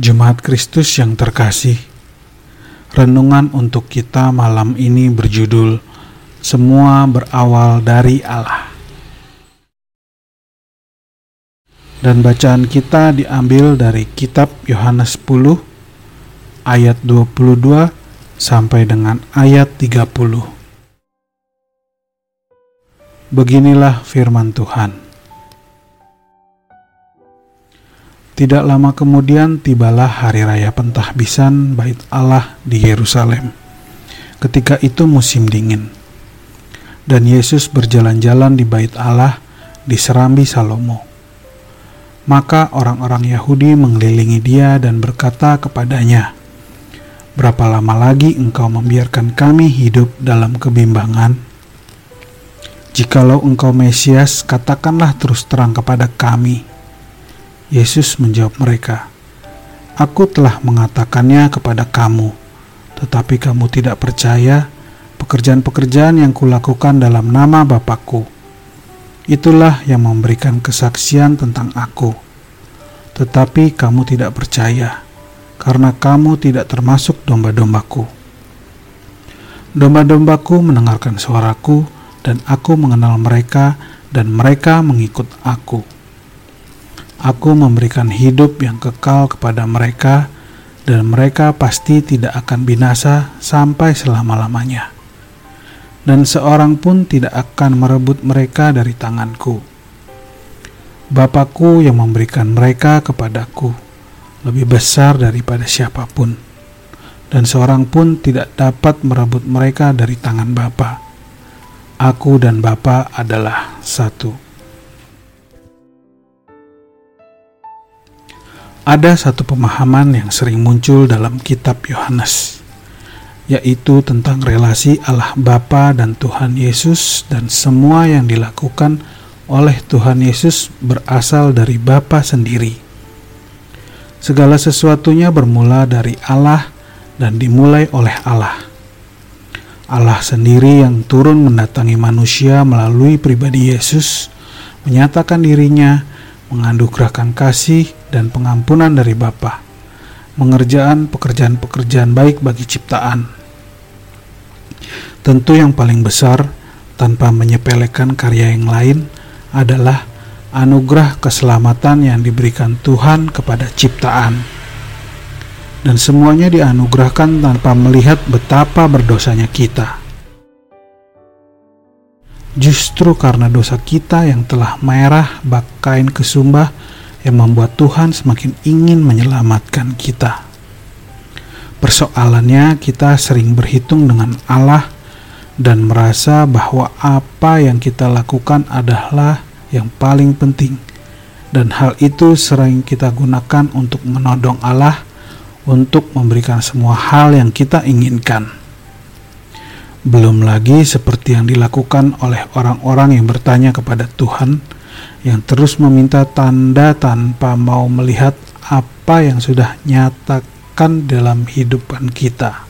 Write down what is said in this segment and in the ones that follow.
Jemaat Kristus yang terkasih, renungan untuk kita malam ini berjudul Semua Berawal dari Allah. Dan bacaan kita diambil dari kitab Yohanes 10 ayat 22 sampai dengan ayat 30. Beginilah firman Tuhan. Tidak lama kemudian tibalah hari raya pentahbisan Bait Allah di Yerusalem. Ketika itu musim dingin. Dan Yesus berjalan-jalan di Bait Allah di Serambi Salomo. Maka orang-orang Yahudi mengelilingi dia dan berkata kepadanya, "Berapa lama lagi engkau membiarkan kami hidup dalam kebimbangan? Jikalau engkau Mesias, katakanlah terus terang kepada kami." Yesus menjawab mereka, "Aku telah mengatakannya kepada kamu, tetapi kamu tidak percaya pekerjaan-pekerjaan yang kulakukan dalam nama Bapa-Ku. Itulah yang memberikan kesaksian tentang Aku. Tetapi kamu tidak percaya, karena kamu tidak termasuk domba-domba-Ku. Domba-domba-Ku mendengarkan suara-Ku, dan Aku mengenal mereka, dan mereka mengikut Aku. Aku memberikan hidup yang kekal kepada mereka, dan mereka pasti tidak akan binasa sampai selama-lamanya. Dan seorang pun tidak akan merebut mereka dari tanganku. Bapa-Ku yang memberikan mereka kepadaku lebih besar daripada siapapun, dan seorang pun tidak dapat merebut mereka dari tangan Bapa. Aku dan Bapa adalah satu." Ada satu pemahaman yang sering muncul dalam kitab Yohanes, yaitu tentang relasi Allah Bapa dan Tuhan Yesus, dan semua yang dilakukan oleh Tuhan Yesus berasal dari Bapa sendiri. Segala sesuatunya bermula dari Allah dan dimulai oleh Allah. Allah sendiri yang turun mendatangi manusia melalui pribadi Yesus, menyatakan dirinya, menganugerahkan kasih dan pengampunan dari Bapa, mengerjakan pekerjaan-pekerjaan baik bagi ciptaan. Tentu yang paling besar, tanpa menyepelekan karya yang lain, adalah anugerah keselamatan yang diberikan Tuhan kepada ciptaan. Dan semuanya dianugerahkan tanpa melihat betapa berdosanya kita. Justru karena dosa kita yang telah merah bak kain kesumbah yang membuat Tuhan semakin ingin menyelamatkan kita. Persoalannya, kita sering berhitung dengan Allah dan merasa bahwa apa yang kita lakukan adalah yang paling penting, dan hal itu sering kita gunakan untuk menodong Allah untuk memberikan semua hal yang kita inginkan. Belum lagi seperti yang dilakukan oleh orang-orang yang bertanya kepada Tuhan, yang terus meminta tanda tanpa mau melihat apa yang sudah nyatakan dalam kehidupan kita.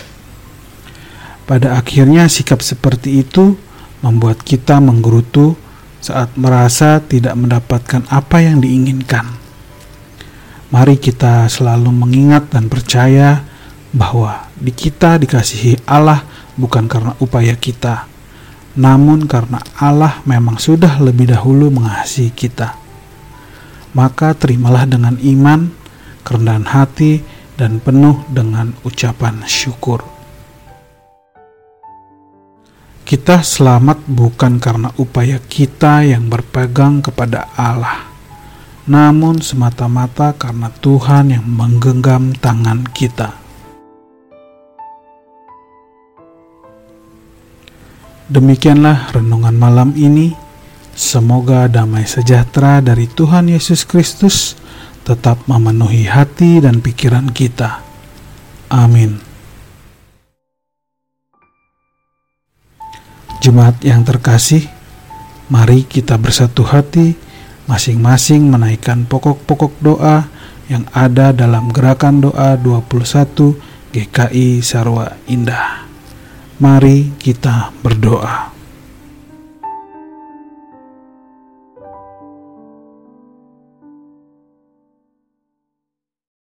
Pada akhirnya sikap seperti itu membuat kita menggerutu saat merasa tidak mendapatkan apa yang diinginkan. Mari kita selalu mengingat dan percaya bahwa kita dikasihi Allah bukan karena upaya kita, namun karena Allah memang sudah lebih dahulu mengasihi kita. Maka terimalah dengan iman, kerendahan hati, dan penuh dengan ucapan syukur. Kita selamat bukan karena upaya kita yang berpegang kepada Allah, namun semata-mata karena Tuhan yang menggenggam tangan kita. Demikianlah renungan malam ini. Semoga damai sejahtera dari Tuhan Yesus Kristus tetap memenuhi hati dan pikiran kita. Amin. Jemaat yang terkasih, mari kita bersatu hati, masing-masing menaikkan pokok-pokok doa yang ada dalam gerakan doa 21 GKI Sarwa Indah. Mari kita berdoa.